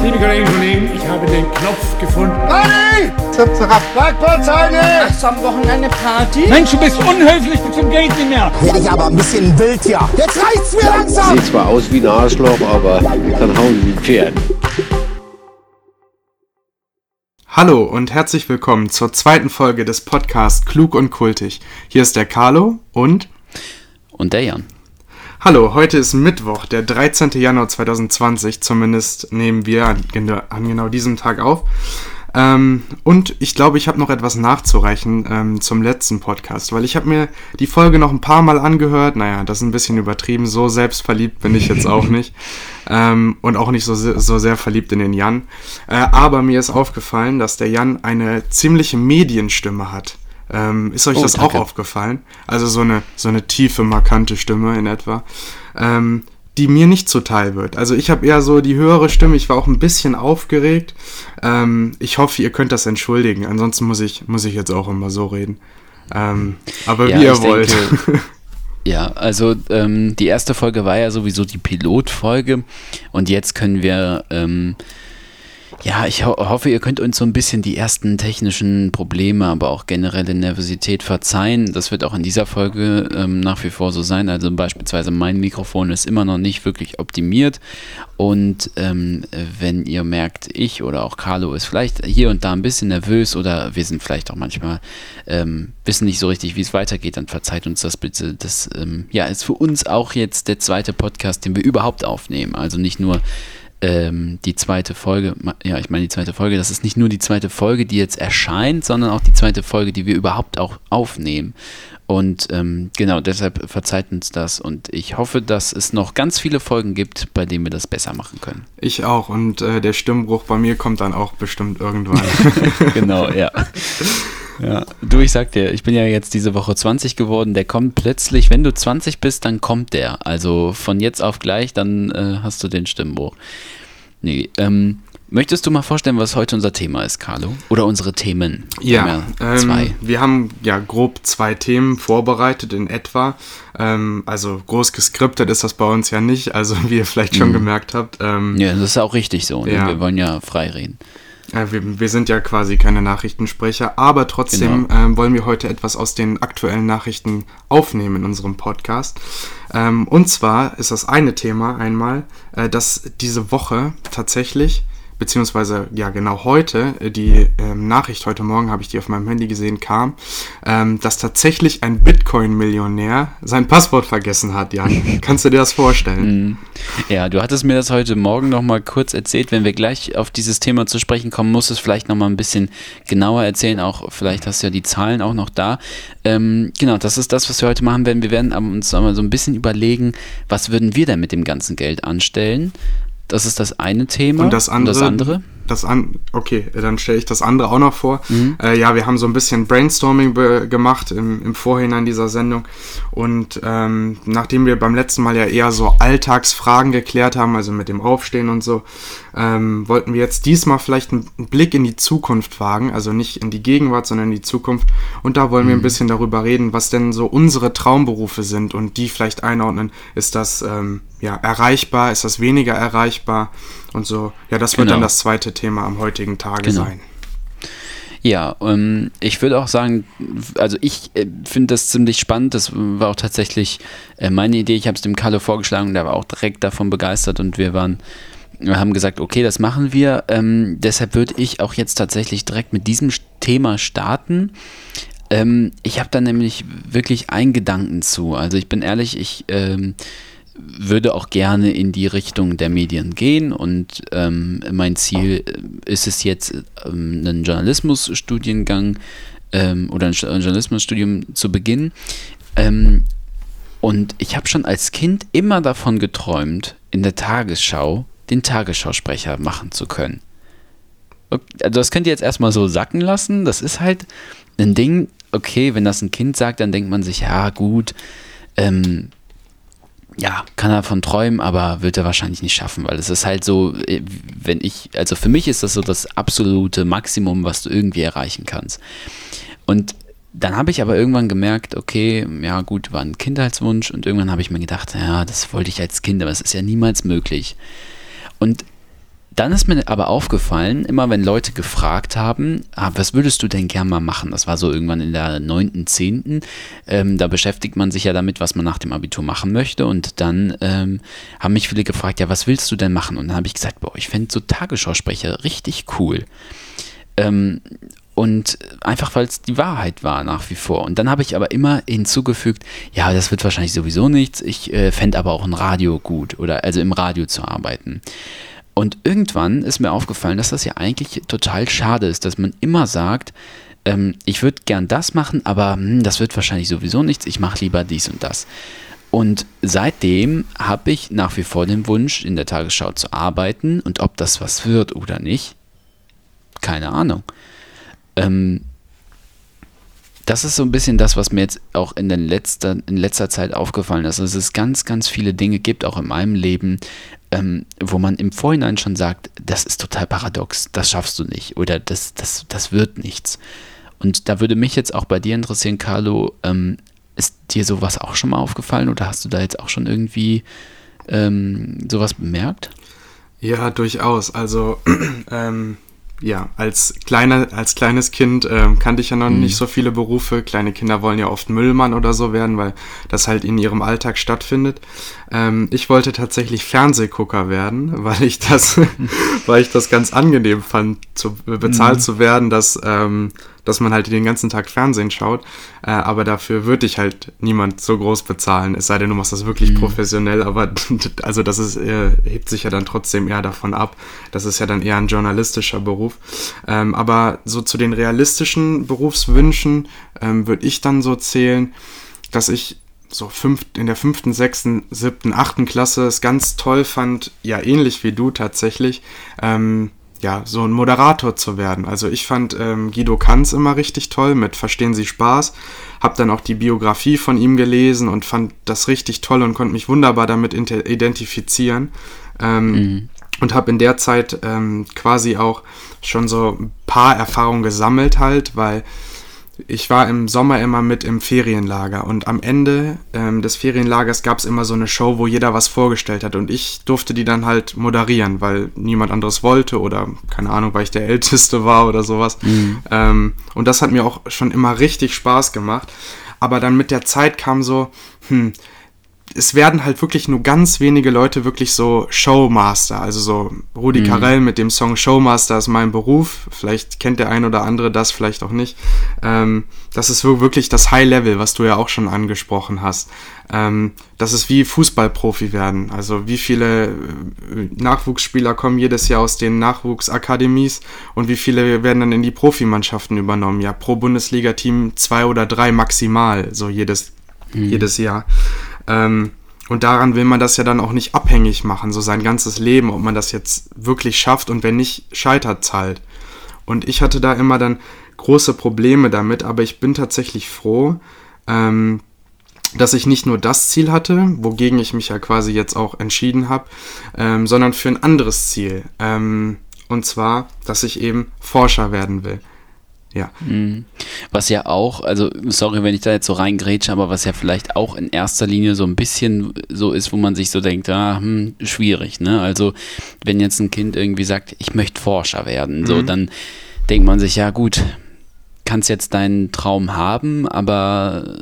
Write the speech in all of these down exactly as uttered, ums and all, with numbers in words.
Liebe Kolleginnen und Kollegen, ich habe den Knopf gefunden. Party! Zap, zap, Parkplatzheide! Hast du am Wochenende Party? Mensch, du bist unhöflich bis zum geht nicht mehr. Werde ich aber ein bisschen wild hier. Jetzt reicht's mir langsam! Sieht zwar aus wie ein Arschloch, aber kann hauen wie ein Pferd. Hallo und herzlich willkommen zur zweiten Folge des Podcasts Klug und Kultig. Hier ist der Carlo und... Und der Jan. Hallo, heute ist Mittwoch, der dreizehnten Januar zweitausendzwanzig, zumindest nehmen wir an, an genau diesem Tag auf. Ähm, und ich glaube, ich habe noch etwas nachzureichen ähm, zum letzten Podcast, weil ich habe mir die Folge noch ein paar Mal angehört. Naja, das ist ein bisschen übertrieben, so selbstverliebt bin ich jetzt auch nicht. Ähm, und auch nicht so, so sehr verliebt in den Jan. Äh, aber mir ist aufgefallen, dass der Jan eine ziemliche Medienstimme hat. Ähm, ist euch oh, das danke. auch aufgefallen? Also so eine, so eine tiefe, markante Stimme in etwa, ähm, die mir nicht zuteil wird. Also ich habe eher so die höhere Stimme, ich war auch ein bisschen aufgeregt. Ähm, ich hoffe, ihr könnt das entschuldigen, ansonsten muss ich, muss ich jetzt auch immer so reden. Ähm, aber ja, wie ihr ich wollt. Denke, ja, also ähm, die erste Folge war ja sowieso die Pilotfolge und jetzt können wir... Ähm, Ja, ich ho- hoffe, ihr könnt uns so ein bisschen die ersten technischen Probleme, aber auch generelle Nervosität verzeihen. Das wird auch in dieser Folge ähm, nach wie vor so sein. Also beispielsweise mein Mikrofon ist immer noch nicht wirklich optimiert. Und ähm, wenn ihr merkt, ich oder auch Carlo ist vielleicht hier und da ein bisschen nervös oder wir sind vielleicht auch manchmal, ähm, wissen nicht so richtig, wie es weitergeht, dann verzeiht uns das bitte. Das ähm, ja, ist für uns auch jetzt der zweite Podcast, den wir überhaupt aufnehmen. Also nicht nur die zweite Folge, ja, ich meine die zweite Folge, das ist nicht nur die zweite Folge, die jetzt erscheint, sondern auch die zweite Folge, die wir überhaupt auch aufnehmen. Und ähm, genau, deshalb verzeiht uns das und ich hoffe, dass es noch ganz viele Folgen gibt, bei denen wir das besser machen können. Ich auch und äh, der Stimmbruch bei mir kommt dann auch bestimmt irgendwann. Genau, ja. Ja, du, ich sag dir, ich bin ja jetzt diese Woche zwanzig geworden, der kommt plötzlich, wenn du zwanzig bist, dann kommt der. Also von jetzt auf gleich, dann äh, hast du den Stimmbruch. Nee, ähm, möchtest du mal vorstellen, was heute unser Thema ist, Carlo? Oder unsere Themen? Wir Ja, haben ja zwei. ähm, wir haben ja grob zwei Themen vorbereitet in etwa. Ähm, also groß geskriptet ist das bei uns ja nicht, also wie ihr vielleicht schon Mhm. gemerkt habt. Ähm, Ja, das ist auch richtig so. Ne? Ja. Wir wollen ja frei reden. Äh, wir, wir sind ja quasi keine Nachrichtensprecher, aber trotzdem Genau. ähm, wollen wir heute etwas aus den aktuellen Nachrichten aufnehmen in unserem Podcast. Ähm, und zwar ist das eine Thema einmal, äh, dass diese Woche tatsächlich, beziehungsweise ja genau heute, äh, die ähm, Nachricht heute Morgen, habe ich die auf meinem Handy gesehen, kam, ähm, dass tatsächlich ein Bitcoin-Millionär sein Passwort vergessen hat, Jan. Kannst du dir das vorstellen? Mhm. Ja, du hattest mir das heute Morgen noch mal kurz erzählt. Wenn wir gleich auf dieses Thema zu sprechen kommen, musst du es vielleicht noch mal ein bisschen genauer erzählen. Auch vielleicht hast du ja die Zahlen auch noch da. Ähm, genau, das ist das, was wir heute machen werden. Wir werden uns aber so ein bisschen überlegen, was würden wir denn mit dem ganzen Geld anstellen? Das ist das eine Thema. Und das andere? Und das andere? Das an, okay, dann stelle ich das andere auch noch vor. Mhm. Äh, ja, wir haben so ein bisschen Brainstorming be- gemacht im, im Vorhinein dieser Sendung. Und ähm, nachdem wir beim letzten Mal ja eher so Alltagsfragen geklärt haben, also mit dem Aufstehen und so, ähm, wollten wir jetzt diesmal vielleicht einen Blick in die Zukunft wagen. Also nicht in die Gegenwart, sondern in die Zukunft. Und da wollen wir ein bisschen darüber reden, was denn so unsere Traumberufe sind und die vielleicht einordnen. Ist das ähm, ja erreichbar? Ist das weniger erreichbar? Und so, ja, das wird Genau. dann das zweite Thema am heutigen Tage Genau. sein. Ja, ähm, ich würde auch sagen, also ich äh, finde das ziemlich spannend. Das war auch tatsächlich äh, meine Idee. Ich habe es dem Carlo vorgeschlagen und der war auch direkt davon begeistert und wir waren, wir haben gesagt, okay, das machen wir. Ähm, deshalb würde ich auch jetzt tatsächlich direkt mit diesem Thema starten. Ähm, ich habe da nämlich wirklich einen Gedanken zu. Also ich bin ehrlich, ich ähm, würde auch gerne in die Richtung der Medien gehen und ähm, mein Ziel ist es jetzt, ähm, einen Journalismusstudiengang ähm, oder ein Journalismusstudium zu beginnen. Ähm, und ich habe schon als Kind immer davon geträumt, in der Tagesschau den Tagesschausprecher machen zu können. Okay, also das könnt ihr jetzt erstmal so sacken lassen. Das ist halt ein Ding, okay, wenn das ein Kind sagt, dann denkt man sich, ja gut, ähm, ja, kann er von träumen, aber wird er wahrscheinlich nicht schaffen, weil es ist halt so, wenn ich, also für mich ist das so das absolute Maximum, was du irgendwie erreichen kannst. Und dann habe ich aber irgendwann gemerkt, okay, ja gut, war ein Kindheitswunsch und irgendwann habe ich mir gedacht, ja, das wollte ich als Kind, aber es ist ja niemals möglich. Und dann ist mir aber aufgefallen, immer wenn Leute gefragt haben, ah, was würdest du denn gern mal machen? Das war so irgendwann in der neunten, zehnten Ähm, da beschäftigt man sich ja damit, was man nach dem Abitur machen möchte. Und dann ähm, haben mich viele gefragt, ja, was willst du denn machen? Und dann habe ich gesagt, boah, ich fände so Tagesschausprecher richtig cool. Ähm, und einfach, weil es die Wahrheit war nach wie vor. Und dann habe ich aber immer hinzugefügt, ja, das wird wahrscheinlich sowieso nichts. Ich äh, fände aber auch ein Radio gut oder also im Radio zu arbeiten. Und irgendwann ist mir aufgefallen, dass das ja eigentlich total schade ist, dass man immer sagt, ähm, ich würde gern das machen, aber hm, das wird wahrscheinlich sowieso nichts. Ich mache lieber dies und das. Und seitdem habe ich nach wie vor den Wunsch, in der Tagesschau zu arbeiten. Und ob das was wird oder nicht, keine Ahnung. Ähm, das ist so ein bisschen das, was mir jetzt auch in, den letzter, in letzter Zeit aufgefallen ist. Dass es ganz, ganz viele Dinge gibt, auch in meinem Leben, ähm, wo man im Vorhinein schon sagt, das ist total paradox, das schaffst du nicht oder das, das, das wird nichts. Und da würde mich jetzt auch bei dir interessieren, Carlo, ähm, ist dir sowas auch schon mal aufgefallen oder hast du da jetzt auch schon irgendwie ähm, sowas bemerkt? Ja, durchaus. Also ähm, ja, als, kleiner, als kleines Kind ähm, kannte ich ja noch mhm. nicht so viele Berufe. Kleine Kinder wollen ja oft Müllmann oder so werden, weil das halt in ihrem Alltag stattfindet. Ähm, ich wollte tatsächlich Fernsehgucker werden, weil ich das, weil ich das ganz angenehm fand, zu, bezahlt mhm. zu werden, dass, ähm, dass man halt den ganzen Tag Fernsehen schaut. Äh, aber dafür würde ich halt niemand so groß bezahlen, es sei denn, du machst das wirklich mhm. professionell. Aber also das ist, äh, hebt sich ja dann trotzdem eher davon ab. Das ist ja dann eher ein journalistischer Beruf. Ähm, aber so zu den realistischen Berufswünschen ähm, würde ich dann so zählen, dass ich so fünf, in der fünften, sechsten, siebten, achten Klasse es ganz toll fand, ja ähnlich wie du tatsächlich, ähm, ja, so ein Moderator zu werden. Also ich fand ähm, Guido Kanz immer richtig toll mit Verstehen Sie Spaß, habe dann auch die Biografie von ihm gelesen und fand das richtig toll und konnte mich wunderbar damit inter- identifizieren ähm, mhm. und habe in der Zeit ähm, quasi auch schon so ein paar Erfahrungen gesammelt halt, weil ich war im Sommer immer mit im Ferienlager und am Ende ähm, des Ferienlagers gab es immer so eine Show, wo jeder was vorgestellt hat und ich durfte die dann halt moderieren, weil niemand anderes wollte oder keine Ahnung, weil ich der Älteste war oder sowas. Mhm. Ähm, und das hat mir auch schon immer richtig Spaß gemacht. Aber dann mit der Zeit kam so, hm, es werden halt wirklich nur ganz wenige Leute wirklich so Showmaster, also so Rudi mhm. Carrell mit dem Song Showmaster ist mein Beruf, vielleicht kennt der ein oder andere das, vielleicht auch nicht. Ähm, das ist wirklich das High-Level, was du ja auch schon angesprochen hast. Ähm, das ist wie Fußballprofi werden, also wie viele Nachwuchsspieler kommen jedes Jahr aus den Nachwuchsakademies und wie viele werden dann in die Profimannschaften übernommen, ja pro Bundesliga-Team zwei oder drei maximal, so jedes, mhm. jedes Jahr. Ähm, und daran will man das ja dann auch nicht abhängig machen, so sein ganzes Leben, ob man das jetzt wirklich schafft und wenn nicht, scheitert's halt. Und ich hatte da immer dann große Probleme damit, aber ich bin tatsächlich froh, ähm, dass ich nicht nur das Ziel hatte, wogegen ich mich ja quasi jetzt auch entschieden habe, ähm, sondern für ein anderes Ziel. Ähm, und zwar, dass ich eben Forscher werden will. Ja. Was ja auch, also sorry, wenn ich da jetzt so reingrätsche, aber was ja vielleicht auch in erster Linie so ein bisschen so ist, wo man sich so denkt, ah, hm, schwierig, ne? Also wenn jetzt ein Kind irgendwie sagt, ich möchte Forscher werden, mhm. so, dann denkt man sich, ja gut, kannst jetzt deinen Traum haben, aber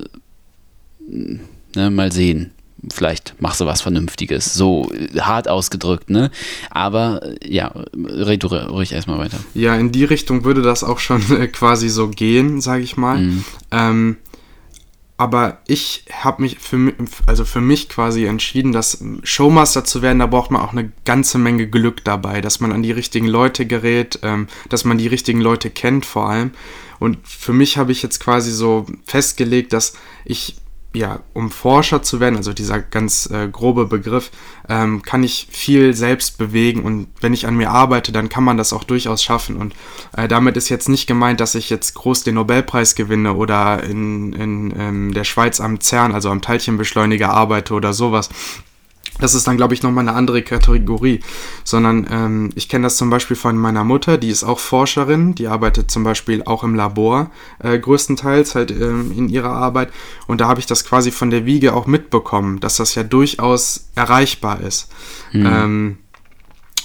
ne, mal sehen. Vielleicht machst du was Vernünftiges, so hart ausgedrückt, ne? Aber ja, red du ruhig erstmal weiter. Ja, in die Richtung würde das auch schon äh, quasi so gehen, sage ich mal. Mhm. Ähm, aber ich habe mich für mich, also für mich quasi entschieden, dass Showmaster zu werden, da braucht man auch eine ganze Menge Glück dabei, dass man an die richtigen Leute gerät, ähm, dass man die richtigen Leute kennt vor allem. Und für mich habe ich jetzt quasi so festgelegt, dass ich ja, um Forscher zu werden, also dieser ganz äh, grobe Begriff, ähm, kann ich viel selbst bewegen und wenn ich an mir arbeite, dann kann man das auch durchaus schaffen und äh, damit ist jetzt nicht gemeint, dass ich jetzt groß den Nobelpreis gewinne oder in, in ähm, der Schweiz am CERN, also am Teilchenbeschleuniger arbeite oder sowas. Das ist dann, glaube ich, nochmal eine andere Kategorie, sondern ähm, ich kenne das zum Beispiel von meiner Mutter, die ist auch Forscherin, die arbeitet zum Beispiel auch im Labor, äh, größtenteils halt ähm, in ihrer Arbeit und da habe ich das quasi von der Wiege auch mitbekommen, dass das ja durchaus erreichbar ist. Mhm. Ähm,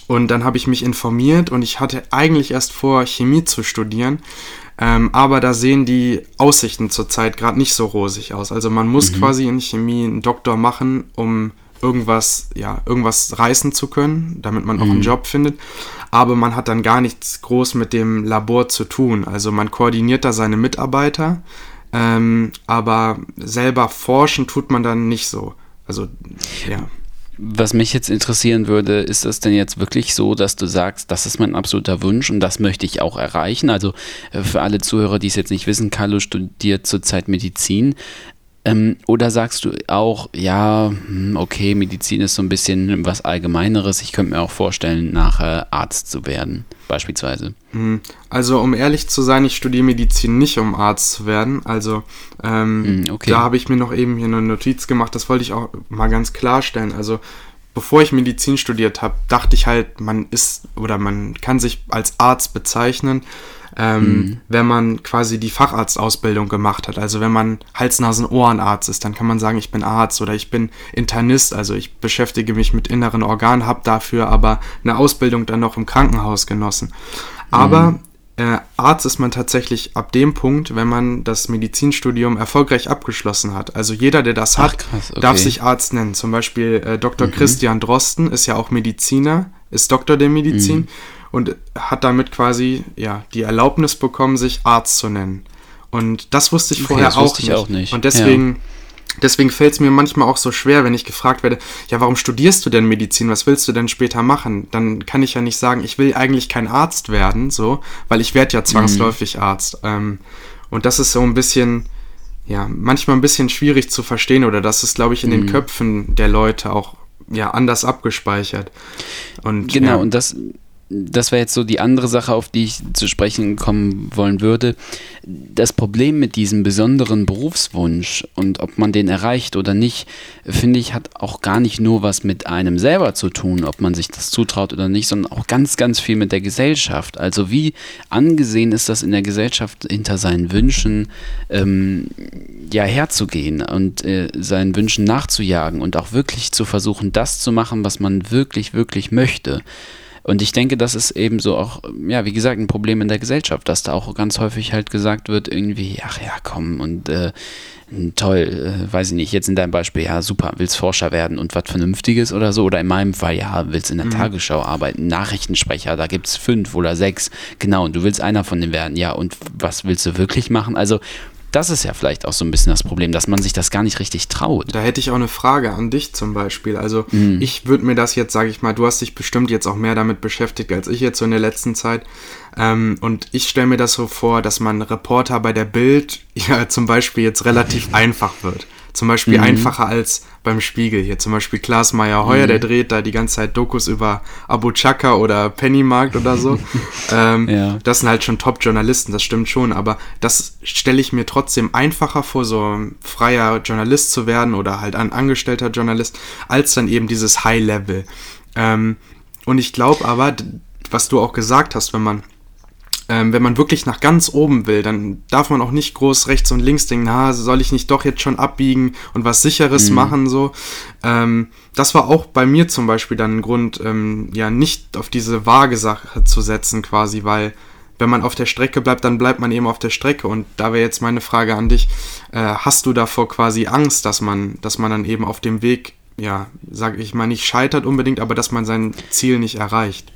Und dann habe ich mich informiert und ich hatte eigentlich erst vor, Chemie zu studieren. Ähm, aber da sehen die Aussichten zurzeit gerade nicht so rosig aus. Also man muss mhm. quasi in Chemie einen Doktor machen, um irgendwas, ja, irgendwas reißen zu können, damit man auch mhm. einen Job findet. Aber man hat dann gar nichts groß mit dem Labor zu tun. Also man koordiniert da seine Mitarbeiter, ähm, aber selber forschen tut man dann nicht so. Also, ja. Was mich jetzt interessieren würde, ist das denn jetzt wirklich so, dass du sagst, das ist mein absoluter Wunsch und das möchte ich auch erreichen? Also für alle Zuhörer, die es jetzt nicht wissen, Carlo studiert zurzeit Medizin. Ähm, oder sagst du auch, ja, okay, Medizin ist so ein bisschen was Allgemeineres. Ich könnte mir auch vorstellen, nachher Arzt zu werden, beispielsweise. Also um ehrlich zu sein, ich studiere Medizin nicht, um Arzt zu werden. Also ähm, okay. Da habe ich mir noch eben hier eine Notiz gemacht, das wollte ich auch mal ganz klarstellen. Also bevor ich Medizin studiert habe, dachte ich halt, man ist oder man kann sich als Arzt bezeichnen, ähm, mhm. wenn man quasi die Facharztausbildung gemacht hat. Also wenn man Hals-Nasen-Ohrenarzt ist, dann kann man sagen, ich bin Arzt oder ich bin Internist, also ich beschäftige mich mit inneren Organen, habe dafür aber eine Ausbildung dann noch im Krankenhaus genossen. Aber mhm. äh, Arzt ist man tatsächlich ab dem Punkt, wenn man das Medizinstudium erfolgreich abgeschlossen hat. Also jeder, der das hat, Ach, krass, okay. darf sich Arzt nennen. Zum Beispiel äh, Doktor Mhm. Christian Drosten ist ja auch Mediziner, ist Doktor der Medizin mhm. und hat damit quasi ja die Erlaubnis bekommen, sich Arzt zu nennen. Und das wusste ich okay, vorher das auch, wusste ich nicht. auch nicht. Und deswegen... Ja. Deswegen fällt es mir manchmal auch so schwer, wenn ich gefragt werde, ja, warum studierst du denn Medizin? Was willst du denn später machen? Dann kann ich ja nicht sagen, ich will eigentlich kein Arzt werden, so, weil ich werde ja zwangsläufig mhm. Arzt. Ähm, und das ist so ein bisschen, ja, manchmal ein bisschen schwierig zu verstehen oder das ist, glaube ich, in mhm. den Köpfen der Leute auch ja anders abgespeichert. Und, genau, ja. und das... Das wäre jetzt so die andere Sache, auf die ich zu sprechen kommen wollen würde. Das Problem mit diesem besonderen Berufswunsch und ob man den erreicht oder nicht, finde ich, hat auch gar nicht nur was mit einem selber zu tun, ob man sich das zutraut oder nicht, sondern auch ganz, ganz viel mit der Gesellschaft. Also wie angesehen ist das in der Gesellschaft, hinter seinen Wünschen ähm, ja, herzugehen und äh, seinen Wünschen nachzujagen und auch wirklich zu versuchen, das zu machen, was man wirklich, wirklich möchte. Und ich denke, das ist eben so auch, ja, wie gesagt, ein Problem in der Gesellschaft, dass da auch ganz häufig halt gesagt wird, irgendwie, ach ja, komm und äh, toll, äh, weiß ich nicht, jetzt in deinem Beispiel, ja, super, willst Forscher werden und was Vernünftiges oder so, oder in meinem Fall, ja, willst in der mhm. Tagesschau arbeiten, Nachrichtensprecher, da gibt's fünf oder sechs, genau, und du willst einer von denen werden, ja, und was willst du wirklich machen? Also, das ist ja vielleicht auch so ein bisschen das Problem, dass man sich das gar nicht richtig traut. Da hätte ich auch eine Frage an dich zum Beispiel. Also mhm. ich würde mir das jetzt, sage ich mal, du hast dich bestimmt jetzt auch mehr damit beschäftigt als ich jetzt so in der letzten Zeit. Ähm, und ich stelle mir das so vor, dass man Reporter bei der Bild ja zum Beispiel jetzt relativ einfach wird. Zum Beispiel mhm. einfacher als beim Spiegel hier. Zum Beispiel Klaas Meyer-Heuer, mhm. der dreht da die ganze Zeit Dokus über Abu Chaka oder Pennymarkt oder so. ähm, ja. Das sind halt schon Top-Journalisten, das stimmt schon. Aber das stelle ich mir trotzdem einfacher vor, so ein freier Journalist zu werden oder halt ein angestellter Journalist, als dann eben dieses High-Level. Ähm, und ich glaube aber, was du auch gesagt hast, wenn man Ähm, wenn man wirklich nach ganz oben will, dann darf man auch nicht groß rechts und links denken, na, soll ich nicht doch jetzt schon abbiegen und was Sicheres mhm. machen, so. Ähm, das war auch bei mir zum Beispiel dann ein Grund, ähm, ja, nicht auf diese vage Sache zu setzen quasi, weil wenn man auf der Strecke bleibt, dann bleibt man eben auf der Strecke und da wäre jetzt meine Frage an dich, äh, hast du davor quasi Angst, dass man, dass man dann eben auf dem Weg, ja, sag ich mal, nicht scheitert unbedingt, aber dass man sein Ziel nicht erreicht?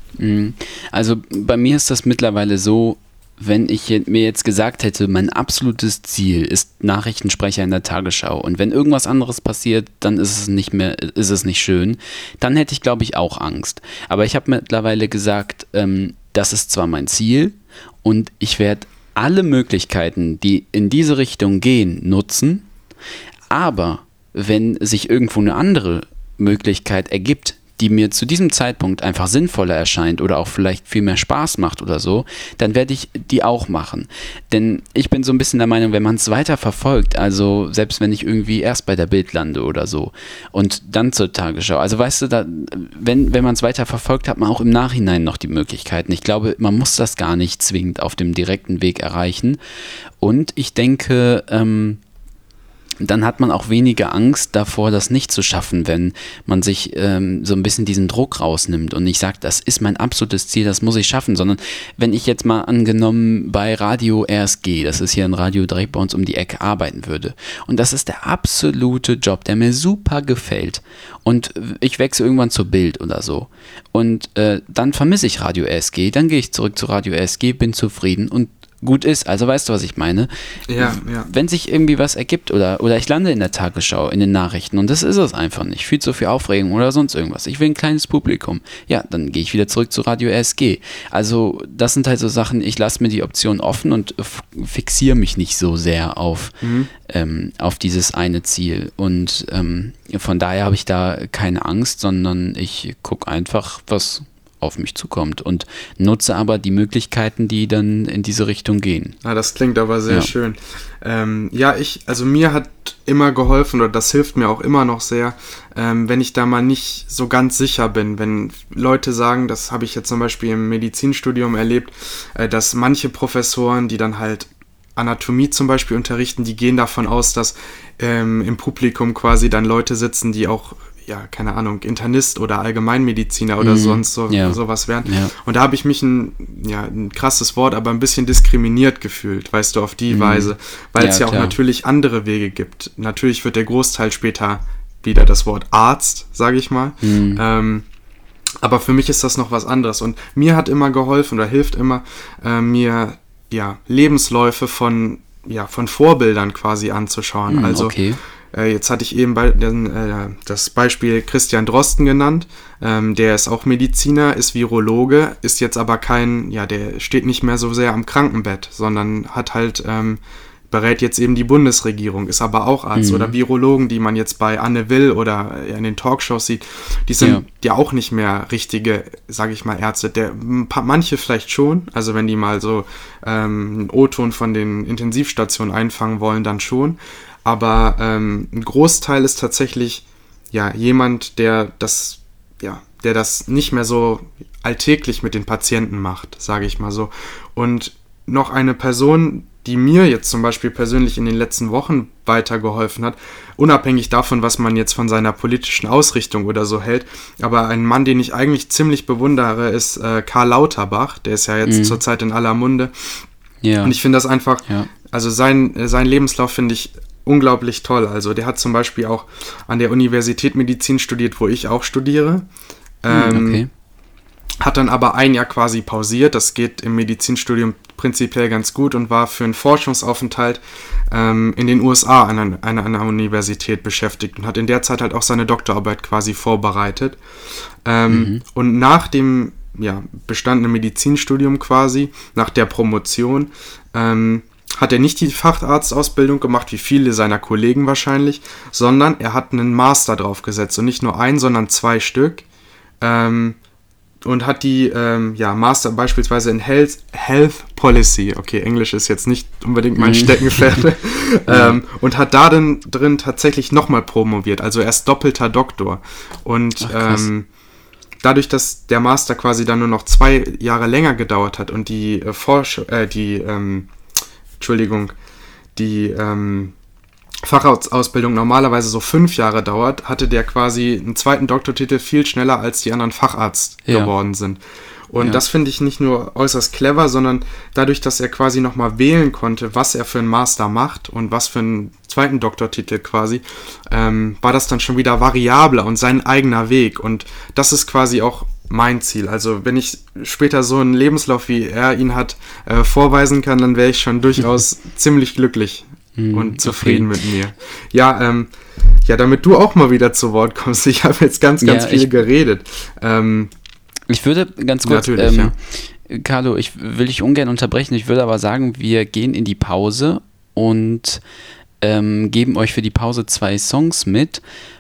Also bei mir ist das mittlerweile so, wenn ich mir jetzt gesagt hätte, mein absolutes Ziel ist Nachrichtensprecher in der Tagesschau und wenn irgendwas anderes passiert, dann ist es nicht mehr, ist es nicht schön, dann hätte ich, glaube ich, auch Angst. Aber ich habe mittlerweile gesagt, ähm, das ist zwar mein Ziel und ich werde alle Möglichkeiten, die in diese Richtung gehen, nutzen, aber wenn sich irgendwo eine andere Möglichkeit ergibt, die mir zu diesem Zeitpunkt einfach sinnvoller erscheint oder auch vielleicht viel mehr Spaß macht oder so, dann werde ich die auch machen. Denn ich bin so ein bisschen der Meinung, wenn man es weiter verfolgt, also selbst wenn ich irgendwie erst bei der Bild lande oder so und dann zur Tagesschau, also weißt du, da, wenn, wenn man es weiter verfolgt, hat man auch im Nachhinein noch die Möglichkeiten. Ich glaube, man muss das gar nicht zwingend auf dem direkten Weg erreichen. Und ich denke, ähm, dann hat man auch weniger Angst davor, das nicht zu schaffen, wenn man sich ähm, so ein bisschen diesen Druck rausnimmt und nicht sagt, das ist mein absolutes Ziel, das muss ich schaffen, sondern wenn ich jetzt mal angenommen bei Radio R S G, das ist hier ein Radio direkt bei uns um die Ecke, arbeiten würde und das ist der absolute Job, der mir super gefällt und ich wechsle irgendwann zur Bild oder so und äh, dann vermisse ich Radio R S G, dann gehe ich zurück zu Radio R S G, bin zufrieden und gut ist. Also weißt du, was ich meine? Ja, ja. Wenn sich irgendwie was ergibt oder, oder ich lande in der Tagesschau, in den Nachrichten und das ist es einfach nicht. Viel zu viel Aufregung oder sonst irgendwas. Ich will ein kleines Publikum. Ja, dann gehe ich wieder zurück zu Radio R S G. Also das sind halt so Sachen, ich lasse mir die Option offen und f- fixiere mich nicht so sehr auf, mhm. ähm, auf dieses eine Ziel. Und ähm, von daher habe ich da keine Angst, sondern ich gucke einfach, was auf mich zukommt und nutze aber die Möglichkeiten, die dann in diese Richtung gehen. Ah, das klingt aber sehr ja. schön. Ähm, ja, ich, also mir hat immer geholfen oder das hilft mir auch immer noch sehr, ähm, wenn ich da mal nicht so ganz sicher bin, wenn Leute sagen, das habe ich jetzt zum Beispiel im Medizinstudium erlebt, äh, dass manche Professoren, die dann halt Anatomie zum Beispiel unterrichten, die gehen davon aus, dass ähm, im Publikum quasi dann Leute sitzen, die auch ja, keine Ahnung, Internist oder Allgemeinmediziner oder mhm. sonst so, ja. sowas wären. Ja. Und da habe ich mich ein, ja, ein krasses Wort, aber ein bisschen diskriminiert gefühlt, weißt du, auf die mhm. Weise, weil es ja, ja auch natürlich andere Wege gibt. Natürlich wird der Großteil später wieder das Wort Arzt, sage ich mal. Mhm. Ähm, aber für mich ist das noch was anderes. Und mir hat immer geholfen oder hilft immer, äh, mir ja, Lebensläufe von, ja, von Vorbildern quasi anzuschauen. Mhm, also okay. Jetzt hatte ich eben bei, äh, das Beispiel Christian Drosten genannt, ähm, der ist auch Mediziner, ist Virologe, ist jetzt aber kein, ja, der steht nicht mehr so sehr am Krankenbett, sondern hat halt, ähm, berät jetzt eben die Bundesregierung, ist aber auch Arzt mhm. oder Virologen, die man jetzt bei Anne Will oder in den Talkshows sieht, die sind ja, ja auch nicht mehr richtige, sage ich mal, Ärzte. Der, manche vielleicht schon, also wenn die mal so ähm, einen O-Ton von den Intensivstationen einfangen wollen, dann schon. Aber ähm, ein Großteil ist tatsächlich ja jemand, der das, ja, der das nicht mehr so alltäglich mit den Patienten macht, sage ich mal so. Und noch eine Person, die mir jetzt zum Beispiel persönlich in den letzten Wochen weitergeholfen hat, unabhängig davon, was man jetzt von seiner politischen Ausrichtung oder so hält, aber ein Mann, den ich eigentlich ziemlich bewundere, ist äh, Karl Lauterbach, der ist ja jetzt mhm. zurzeit in aller Munde. Ja. Und ich finde das einfach, ja. also sein, sein Lebenslauf finde ich unglaublich toll. Also der hat zum Beispiel auch an der Universität Medizin studiert, wo ich auch studiere. Ähm, okay. Hat dann aber ein Jahr quasi pausiert. Das geht im Medizinstudium prinzipiell ganz gut und war für einen Forschungsaufenthalt ähm, in den U S A an einer, an einer Universität beschäftigt und hat in der Zeit halt auch seine Doktorarbeit quasi vorbereitet. Ähm, mhm. Und nach dem ja, bestandenen Medizinstudium quasi, nach der Promotion, ähm, hat er nicht die Facharztausbildung gemacht, wie viele seiner Kollegen wahrscheinlich, sondern er hat einen Master draufgesetzt und nicht nur ein, sondern zwei Stück ähm, und hat die ähm, ja, Master beispielsweise in Health, Health Policy, okay, Englisch ist jetzt nicht unbedingt mein Steckenpferd, ähm, und hat da drin, drin tatsächlich nochmal promoviert, also er ist doppelter Doktor und Ach, ähm, dadurch, dass der Master quasi dann nur noch zwei Jahre länger gedauert hat und die äh, Forschung, äh, die ähm, Entschuldigung, die ähm, Fachausbildung normalerweise so fünf Jahre dauert, hatte der quasi einen zweiten Doktortitel viel schneller als die anderen Facharzt ja. geworden sind. Und ja. das finde ich nicht nur äußerst clever, sondern dadurch, dass er quasi nochmal wählen konnte, was er für einen Master macht und was für einen zweiten Doktortitel quasi, ähm, war das dann schon wieder variabler und sein eigener Weg. Und das ist quasi auch mein Ziel. Also wenn ich später so einen Lebenslauf, wie er ihn hat, äh, vorweisen kann, dann wäre ich schon durchaus ziemlich glücklich mm, und zufrieden okay. mit mir. Ja, ähm, ja, damit du auch mal wieder zu Wort kommst. Ich habe jetzt ganz, ganz ja, viel ich, geredet. Ähm, ich würde ganz kurz, natürlich, ähm, ja. Carlo, ich will dich ungern unterbrechen. Ich würde aber sagen, wir gehen in die Pause und ähm, geben euch für die Pause zwei Songs mit.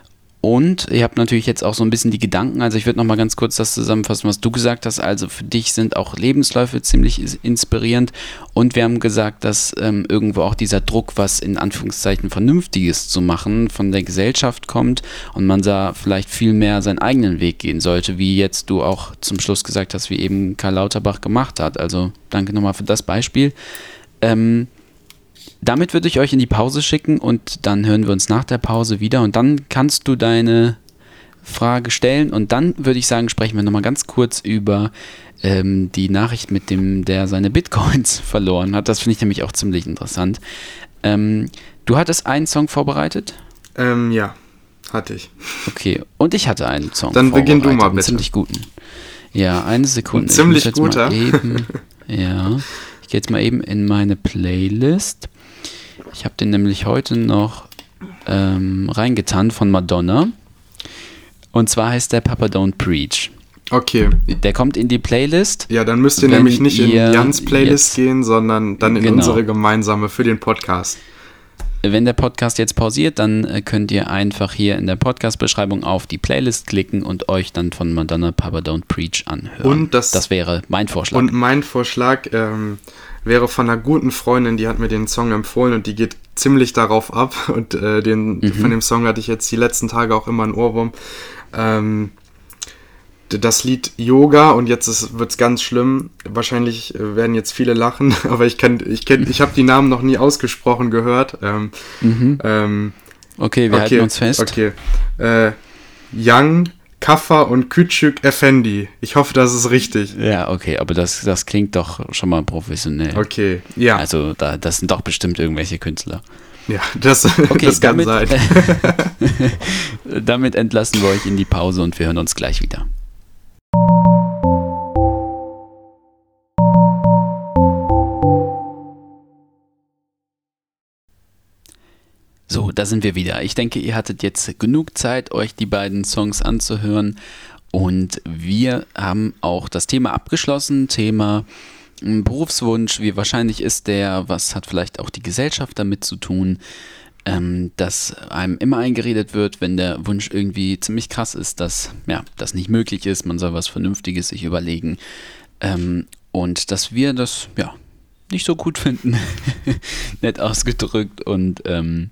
Und ihr habt natürlich jetzt auch so ein bisschen die Gedanken, also ich würde nochmal ganz kurz das zusammenfassen, was du gesagt hast, also für dich sind auch Lebensläufe ziemlich inspirierend und wir haben gesagt, dass ähm, irgendwo auch dieser Druck, was in Anführungszeichen Vernünftiges zu machen, von der Gesellschaft kommt und man da vielleicht viel mehr seinen eigenen Weg gehen sollte, wie jetzt du auch zum Schluss gesagt hast, wie eben Karl Lauterbach gemacht hat. Also danke nochmal für das Beispiel. Ähm, damit würde ich euch in die Pause schicken und dann hören wir uns nach der Pause wieder und dann kannst du deine Frage stellen und dann würde ich sagen, sprechen wir nochmal ganz kurz über ähm, die Nachricht mit dem, der seine Bitcoins verloren hat. Das finde ich nämlich auch ziemlich interessant. Ähm, du hattest einen Song vorbereitet? Ähm, ja, hatte ich. Okay, und ich hatte einen Song Dann vorbereitet. beginn du mal bitte. Einen ziemlich guten. Ja, eine Sekunde. Ein ziemlich ich muss jetzt guter. Mal eben, ja, ich gehe jetzt mal eben in meine Playlist. Ich habe den nämlich heute noch ähm, reingetan von Madonna. Und zwar heißt der Papa Don't Preach. Okay. Der kommt in die Playlist. Ja, dann müsst ihr wenn nämlich nicht in ihr Jans Playlist jetzt, gehen, sondern dann in genau. unsere gemeinsame für den Podcast. Wenn der Podcast jetzt pausiert, dann äh, könnt ihr einfach hier in der Podcast-Beschreibung auf die Playlist klicken und euch dann von Madonna Papa Don't Preach anhören. Und das, das wäre mein Vorschlag. Und mein Vorschlag ähm, wäre von einer guten Freundin, die hat mir den Song empfohlen und die geht ziemlich darauf ab. Und äh, den, mhm. von dem Song hatte ich jetzt die letzten Tage auch immer einen Ohrwurm. Ähm, das Lied Yoga und jetzt wird es ganz schlimm. Wahrscheinlich werden jetzt viele lachen, aber ich kann, ich kenn, ich habe die Namen noch nie ausgesprochen gehört. Ähm, mhm. ähm, okay, wir okay, halten uns fest. Okay. Äh, Young, Kaffa und Küçük Efendi. Ich hoffe, das ist richtig. Ja, okay, aber das, das klingt doch schon mal professionell. Okay, ja. Also da, das sind doch bestimmt irgendwelche Künstler. Ja, das, okay, das kann damit, sein. Damit entlassen wir euch in die Pause und wir hören uns gleich wieder. So, da sind wir wieder. Ich denke, ihr hattet jetzt genug Zeit, euch die beiden Songs anzuhören und wir haben auch das Thema abgeschlossen. Thema Berufswunsch, wie wahrscheinlich ist der, was hat vielleicht auch die Gesellschaft damit zu tun, ähm, dass einem immer eingeredet wird, wenn der Wunsch irgendwie ziemlich krass ist, dass ja, das nicht möglich ist, man soll was Vernünftiges sich überlegen ähm, und dass wir das ja nicht so gut finden, nett ausgedrückt und ähm,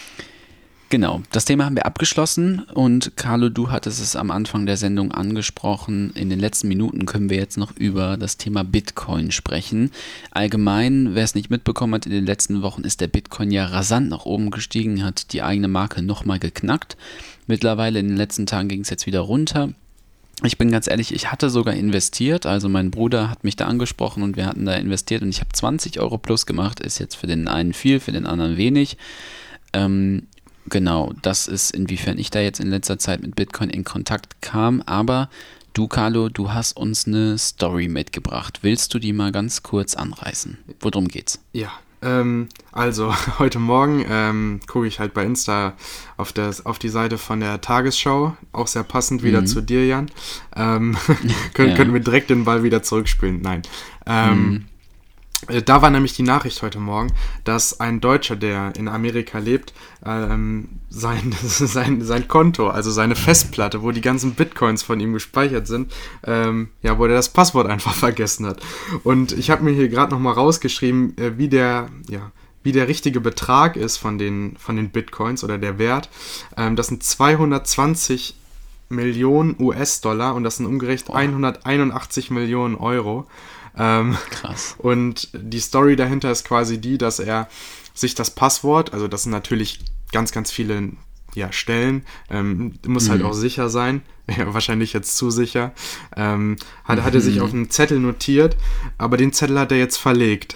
genau, das Thema haben wir abgeschlossen und Carlo, du hattest es am Anfang der Sendung angesprochen. In den letzten Minuten können wir jetzt noch über das Thema Bitcoin sprechen. Allgemein, wer es nicht mitbekommen hat, in den letzten Wochen ist der Bitcoin ja rasant nach oben gestiegen, hat die eigene Marke nochmal geknackt. Mittlerweile in den letzten Tagen ging es jetzt wieder runter. Ich bin ganz ehrlich, ich hatte sogar investiert, also mein Bruder hat mich da angesprochen und wir hatten da investiert und ich habe zwanzig Euro plus gemacht, ist jetzt für den einen viel, für den anderen wenig. Ähm, Genau, das ist, inwiefern ich da jetzt in letzter Zeit mit Bitcoin in Kontakt kam. Aber du, Carlo, du hast uns eine Story mitgebracht. Willst du die mal ganz kurz anreißen? Worum geht's? Ja, ähm, also heute Morgen ähm, gucke ich halt bei Insta auf, das, auf die Seite von der Tagesschau. Auch sehr passend wieder mhm. zu dir, Jan. Ähm, können, ja. können wir direkt den Ball wieder zurückspielen? Nein. Ähm, mhm. Da war nämlich die Nachricht heute Morgen, dass ein Deutscher, der in Amerika lebt, ähm, sein, sein, sein Konto, also seine Festplatte, wo die ganzen Bitcoins von ihm gespeichert sind, ähm, ja, wo der das Passwort einfach vergessen hat. Und ich habe mir hier gerade nochmal rausgeschrieben, äh, wie der, ja, wie der richtige Betrag ist von den, von den Bitcoins oder der Wert. Ähm, das sind zweihundertzwanzig Millionen U S-Dollar und das sind umgerechnet oh. hunderteinundachtzig Millionen Euro. Ähm, Krass. Und die Story dahinter ist quasi die, dass er sich das Passwort, also das sind natürlich ganz, ganz viele ja, Stellen, ähm, muss mhm. halt auch sicher sein, ja, wahrscheinlich jetzt zu sicher, ähm, hat, mhm. hat er sich auf einen Zettel notiert, aber den Zettel hat er jetzt verlegt.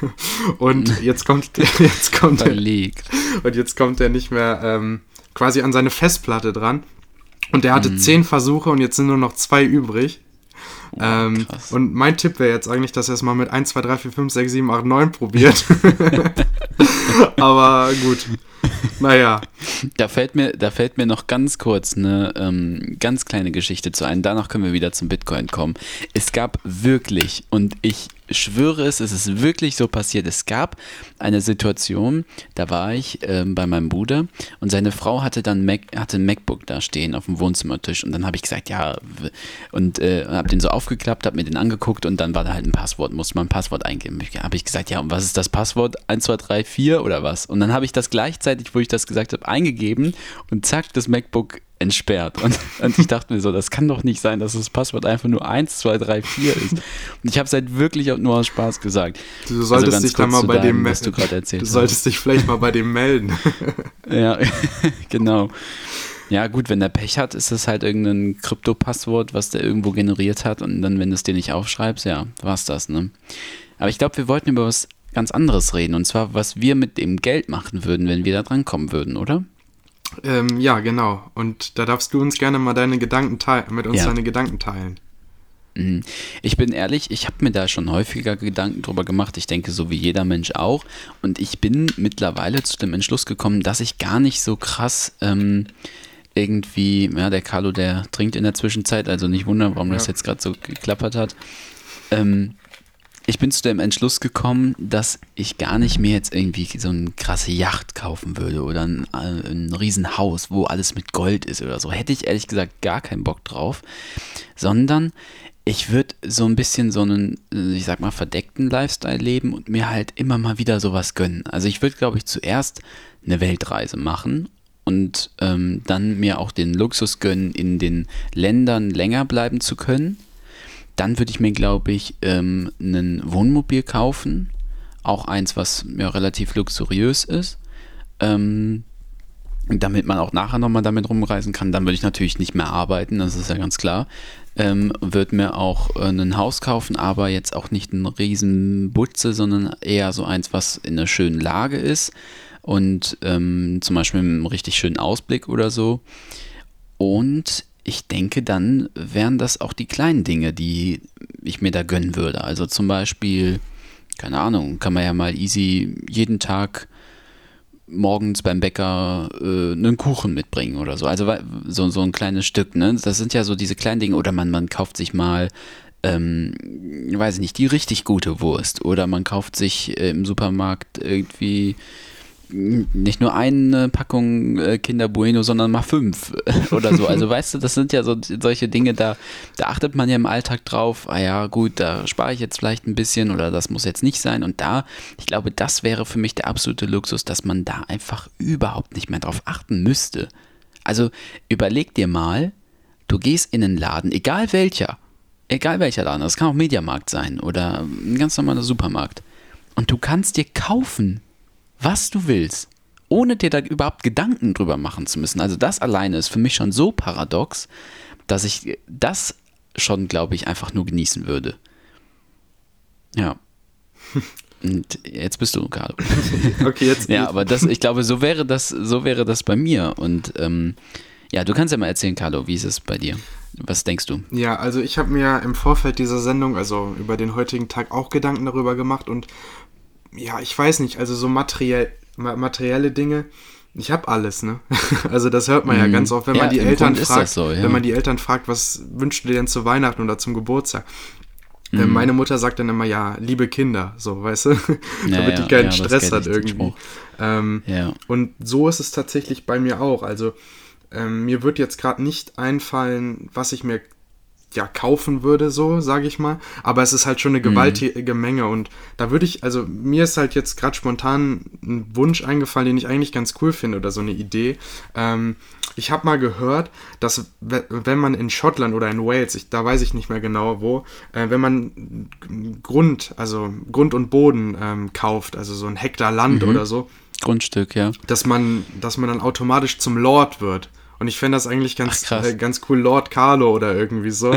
Und jetzt kommt, jetzt kommt verlegt. er, und jetzt kommt er nicht mehr ähm, quasi an seine Festplatte dran. Und er hatte mhm. zehn Versuche und jetzt sind nur noch zwei übrig. Oh, ähm, und mein Tipp wäre jetzt eigentlich, dass er es mal mit eins, zwei, drei, vier, fünf, sechs, sieben, acht, neun probiert. Aber gut. Naja. Da fällt mir, da fällt mir noch ganz kurz eine ähm, ganz kleine Geschichte zu ein. Danach können wir wieder zum Bitcoin kommen. Es gab wirklich, und ich schwöre es, es ist wirklich so passiert, es gab eine Situation, da war ich ähm, bei meinem Bruder und seine Frau hatte dann Mac, hatte ein MacBook da stehen auf dem Wohnzimmertisch und dann habe ich gesagt, ja, und äh, habe den so aufgeklappt, habe mir den angeguckt und dann war da halt ein Passwort, musste man ein Passwort eingeben. Habe ich gesagt, ja, und was ist das Passwort? eins, zwei, drei, vier oder was? Und dann habe ich das gleichzeitig gleichzeitig, wo ich das gesagt habe, eingegeben und zack, das MacBook entsperrt. Und, und ich dachte mir so, das kann doch nicht sein, dass das Passwort einfach nur eins, zwei, drei, vier ist. Und ich habe es halt wirklich auch nur aus Spaß gesagt. Du solltest also dich dann mal bei dem, was du gerade erzählt Du solltest hast. dich vielleicht mal bei dem melden. Ja, genau. Ja gut, wenn der Pech hat, ist das halt irgendein Krypto-Passwort, was der irgendwo generiert hat und dann, wenn du es dir nicht aufschreibst, ja, war's das, ne? Aber ich glaube, wir wollten über was ganz anderes reden und zwar, was wir mit dem Geld machen würden, wenn wir da dran kommen würden, oder? Ähm, ja, genau. Und da darfst du uns gerne mal deine Gedanken teilen, mit uns ja. deine Gedanken teilen. Ich bin ehrlich, ich habe mir da schon häufiger Gedanken drüber gemacht. Ich denke, so wie jeder Mensch auch. Und ich bin mittlerweile zu dem Entschluss gekommen, dass ich gar nicht so krass ähm, irgendwie, ja, der Carlo, der trinkt in der Zwischenzeit, also nicht wundern, warum ja. das jetzt gerade so geklappert hat. Ähm, ich bin zu dem Entschluss gekommen, dass ich gar nicht mehr jetzt irgendwie so eine krasse Yacht kaufen würde oder ein, ein Riesenhaus, wo alles mit Gold ist oder so. Hätte ich ehrlich gesagt gar keinen Bock drauf, sondern ich würde so ein bisschen so einen, ich sag mal, verdeckten Lifestyle leben und mir halt immer mal wieder sowas gönnen. Also ich würde, glaube ich, zuerst eine Weltreise machen und ähm, dann mir auch den Luxus gönnen, in den Ländern länger bleiben zu können. Dann würde ich mir, glaube ich, ähm, ein Wohnmobil kaufen, auch eins, was ja relativ luxuriös ist, ähm, damit man auch nachher nochmal damit rumreisen kann. Dann würde ich natürlich nicht mehr arbeiten, das ist ja ganz klar. Ähm, würde mir auch äh, ein Haus kaufen, aber jetzt auch nicht ein riesen Butze, sondern eher so eins, was in einer schönen Lage ist und ähm, zum Beispiel mit einem richtig schönen Ausblick oder so. Und ich denke, dann wären das auch die kleinen Dinge, die ich mir da gönnen würde. Also zum Beispiel, keine Ahnung, kann man ja mal easy jeden Tag morgens beim Bäcker äh, einen Kuchen mitbringen oder so. Also so, so ein kleines Stück, ne? Das sind ja so diese kleinen Dinge. Oder man, man kauft sich mal, ähm, weiß ich nicht, die richtig gute Wurst. Oder man kauft sich äh, im Supermarkt irgendwie nicht nur eine Packung äh, Kinder Bueno, sondern mal fünf oder so. Also weißt du, das sind ja so solche Dinge, da, da achtet man ja im Alltag drauf, ah ja gut, da spare ich jetzt vielleicht ein bisschen oder das muss jetzt nicht sein. Und da, ich glaube, das wäre für mich der absolute Luxus, dass man da einfach überhaupt nicht mehr drauf achten müsste. Also überleg dir mal, du gehst in einen Laden, egal welcher, egal welcher Laden, das kann auch Mediamarkt sein oder ein ganz normaler Supermarkt und du kannst dir kaufen, was du willst, ohne dir da überhaupt Gedanken drüber machen zu müssen. Also das alleine ist für mich schon so paradox, dass ich das schon, glaube ich, einfach nur genießen würde. Ja. Und jetzt bist du, Carlo. Okay, jetzt. Ja, aber das, ich glaube, so wäre das, so wäre das bei mir. Und ähm, ja, du kannst ja mal erzählen, Carlo, wie ist es bei dir? Was denkst du? Ja, also ich habe mir im Vorfeld dieser Sendung, also über den heutigen Tag, auch Gedanken darüber gemacht und ja, ich weiß nicht, also so materiell, materielle Dinge, ich habe alles, ne? Also das hört man mm. ja ganz oft, wenn ja, man die Eltern Grund fragt, so, ja. wenn man die Eltern fragt, was wünschst du dir denn zu Weihnachten oder zum Geburtstag? Mm. Äh, meine Mutter sagt dann immer, ja, liebe Kinder, so, weißt du? Ja, damit ja, die keinen ja, Stress hat irgendwie. Ähm, ja. Und so ist es tatsächlich bei mir auch. Also ähm, mir wird jetzt gerade nicht einfallen, was ich mir ja, kaufen würde, so, sage ich mal. Aber es ist halt schon eine gewaltige mhm. Menge und da würde ich, also mir ist halt jetzt gerade spontan ein Wunsch eingefallen, den ich eigentlich ganz cool finde oder so eine Idee. Ähm, ich habe mal gehört, dass wenn man in Schottland oder in Wales, ich, da weiß ich nicht mehr genau wo, äh, wenn man Grund, also Grund und Boden ähm, kauft, also so ein Hektar Land mhm. oder so. Grundstück, ja. Dass man, dass man dann automatisch zum Lord wird. Und ich fände das eigentlich ganz, Ach, äh, ganz cool, Lord Carlo oder irgendwie so.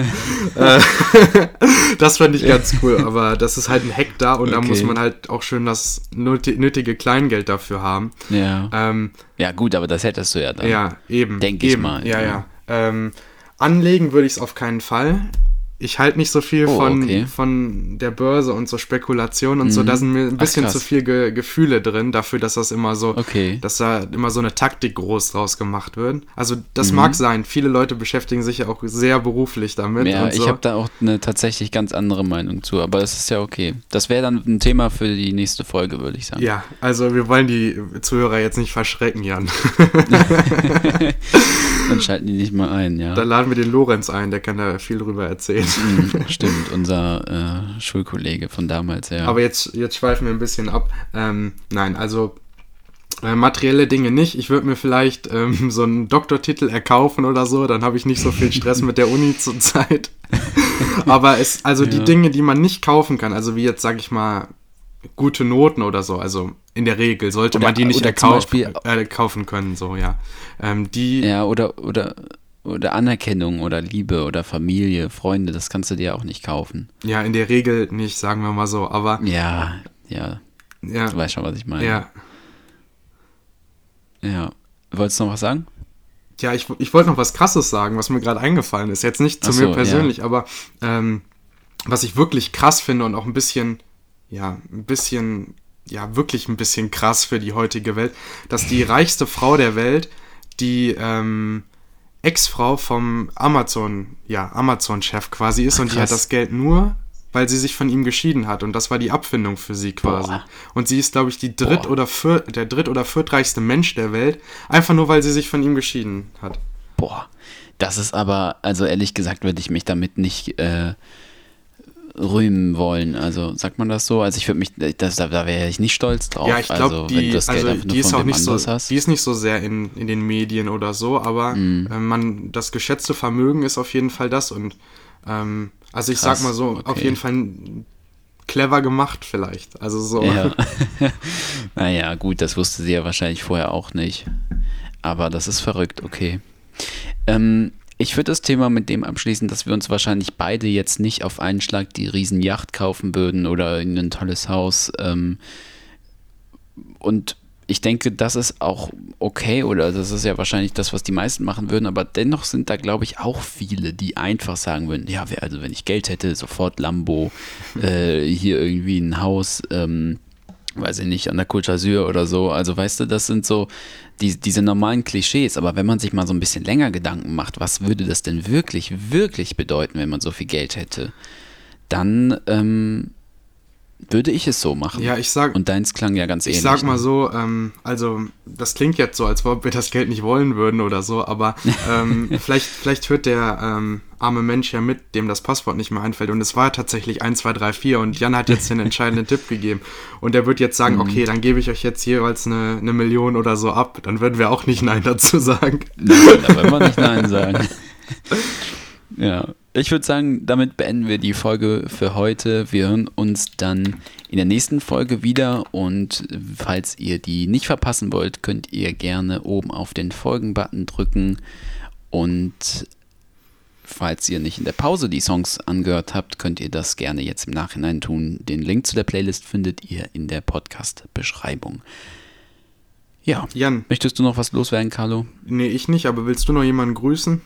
Das fände ich ganz cool, aber das ist halt ein Hektar und okay. Da muss man halt auch schön das nötige Kleingeld dafür haben. Ja, ähm, ja gut, aber das hättest du ja dann. Ja, eben. Denke ich mal. Ja, ja. ja. Ähm, anlegen würde ich es auf keinen Fall. Ich halte nicht so viel oh, von, okay. von der Börse und so Spekulationen und mhm. so. Da sind mir ein bisschen Ach, zu viel Ge- Gefühle drin, dafür, dass das immer so, okay. dass da immer so eine Taktik groß draus gemacht wird. Also das mhm. mag sein. Viele Leute beschäftigen sich ja auch sehr beruflich damit. Ja, und so. Ich habe da auch eine tatsächlich ganz andere Meinung zu, aber das ist ja okay. Das wäre dann ein Thema für die nächste Folge, würde ich sagen. Ja, also wir wollen die Zuhörer jetzt nicht verschrecken, Jan. Dann schalten die nicht mal ein, ja. Dann laden wir den Lorenz ein, der kann da viel drüber erzählen. Mhm, stimmt, unser äh, Schulkollege von damals, ja. Aber jetzt, jetzt schweifen wir ein bisschen ab. Ähm, nein, also Äh, materielle Dinge nicht. Ich würde mir vielleicht ähm, so einen Doktortitel erkaufen oder so, dann habe ich nicht so viel Stress mit der Uni zurzeit. Aber es, also ja. die Dinge, die man nicht kaufen kann, also wie jetzt, sag ich mal, gute Noten oder so, also in der Regel sollte oder, man die nicht erkaufen, äh, kaufen können, so, ja. Ähm, die ja, oder, oder, oder Anerkennung oder Liebe oder Familie, Freunde, das kannst du dir auch nicht kaufen. Ja, in der Regel nicht, sagen wir mal so, aber... Ja, ja, ja. Du weißt schon, was ich meine. Ja. Ja. Wolltest du noch was sagen? Ja, ich, ich wollte noch was Krasses sagen, was mir gerade eingefallen ist. Jetzt nicht zu so, mir persönlich, ja. aber ähm, was ich wirklich krass finde und auch ein bisschen... ja, ein bisschen, ja, wirklich ein bisschen krass für die heutige Welt, dass die reichste Frau der Welt, die ähm, Ex-Frau vom Amazon, ja, Amazon-Chef quasi ist. Ach, und die hat das Geld nur, weil sie sich von ihm geschieden hat. Und das war die Abfindung für sie quasi. Boah. Und sie ist, glaube ich, die dritt- oder vier, der dritt- oder viertreichste Mensch der Welt, einfach nur, weil sie sich von ihm geschieden hat. Boah, das ist aber, also ehrlich gesagt, würde ich mich damit nicht... Äh rühmen wollen, also sagt man das so? Also ich würde mich, das, da, da wäre ich nicht stolz drauf. Ja, ich glaube, also, die, also die ist auch nicht so, hast. die ist nicht so sehr in, in den Medien oder so, aber mm. äh, man, das geschätzte Vermögen ist auf jeden Fall das und ähm, also ich Krass, sag mal so, okay. auf jeden Fall clever gemacht vielleicht, also so. Ja. Naja, gut, das wusste sie ja wahrscheinlich vorher auch nicht, aber das ist verrückt, okay. Ähm, Ich würde das Thema mit dem abschließen, dass wir uns wahrscheinlich beide jetzt nicht auf einen Schlag die riesen Yacht kaufen würden oder ein tolles Haus. Ähm, und ich denke, das ist auch okay oder das ist ja wahrscheinlich das, was die meisten machen würden. Aber dennoch sind da, glaube ich, auch viele, die einfach sagen würden, ja, also wenn ich Geld hätte, sofort Lambo, äh, hier irgendwie ein Haus, ähm, weiß ich nicht, an der Côte d'Azur oder so. Also weißt du, das sind so die, diese normalen Klischees. Aber wenn man sich mal so ein bisschen länger Gedanken macht, was würde das denn wirklich, wirklich bedeuten, wenn man so viel Geld hätte, dann ähm, würde ich es so machen. Ja, ich sag... Und deins klang ja ganz ähnlich. Ich sag mal so, ähm, also das klingt jetzt so, als ob wir das Geld nicht wollen würden oder so, aber ähm, vielleicht, vielleicht hört der ähm, arme Mensch ja mit, dem das Passwort nicht mehr einfällt und es war tatsächlich eins, zwei, drei, vier und Jan hat jetzt den entscheidenden Tipp gegeben und der wird jetzt sagen, mhm. okay, dann gebe ich euch jetzt jeweils eine, eine Million oder so ab, dann würden wir auch nicht Nein dazu sagen. Nein, da würden wir nicht Nein sagen. Ja, ich würde sagen, damit beenden wir die Folge für heute. Wir hören uns dann in der nächsten Folge wieder und falls ihr die nicht verpassen wollt, könnt ihr gerne oben auf den Folgen-Button drücken und falls ihr nicht in der Pause die Songs angehört habt, könnt ihr das gerne jetzt im Nachhinein tun. Den Link zu der Playlist findet ihr in der Podcast-Beschreibung. Ja, Jan. Möchtest du noch was loswerden, Carlo? Nee, ich nicht, aber willst du noch jemanden grüßen?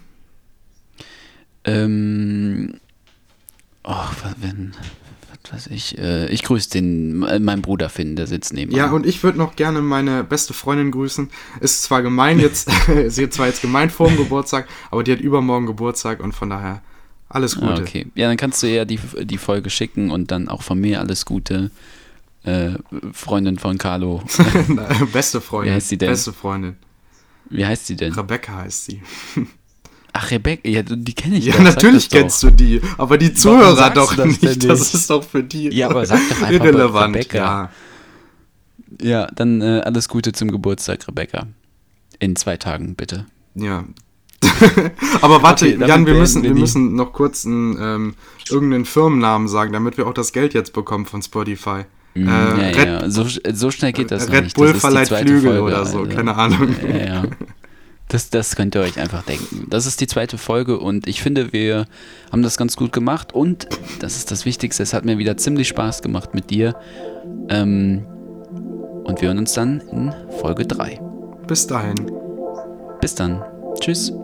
Ähm, oh, was, wenn, was weiß ich, äh, ich grüße den, äh, meinen Bruder Finn, der sitzt neben mir. Ja, und ich würde noch gerne meine beste Freundin grüßen. Ist zwar gemein jetzt, sie hat zwar jetzt gemeint vor dem Geburtstag, aber die hat übermorgen Geburtstag und von daher alles Gute. Ah, okay, ja, dann kannst du ihr die, die Folge schicken und dann auch von mir alles Gute. Äh, Freundin von Carlo. Beste Freundin. Wie heißt sie denn? Beste Freundin. Wie heißt sie denn? Rebecca heißt sie. Ach, Rebecca, ja, die kenne ich. Ja, doch, natürlich kennst du die, aber die Zuhörer doch das nicht. nicht. Das ist doch für die ja, aber sag doch einfach irrelevant. Rebecca. Ja, ja dann äh, alles Gute zum Geburtstag, Rebecca. In zwei Tagen, bitte. Ja. Aber warte, okay, Jan, wir müssen, wir müssen noch kurz einen, ähm, irgendeinen Firmennamen sagen, damit wir auch das Geld jetzt bekommen von Spotify. Mm, äh, ja, Red, ja, so, so schnell geht das Red nicht. Bull Das ist verleiht Flügel Folge, oder so, Alter. keine Ahnung. Ja, ja. Das, das könnt ihr euch einfach denken. Das ist die zweite Folge und ich finde, wir haben das ganz gut gemacht und das ist das Wichtigste, es hat mir wieder ziemlich Spaß gemacht mit dir. Ähm, und wir hören uns dann in Folge drei. Bis dahin. Bis dann. Tschüss.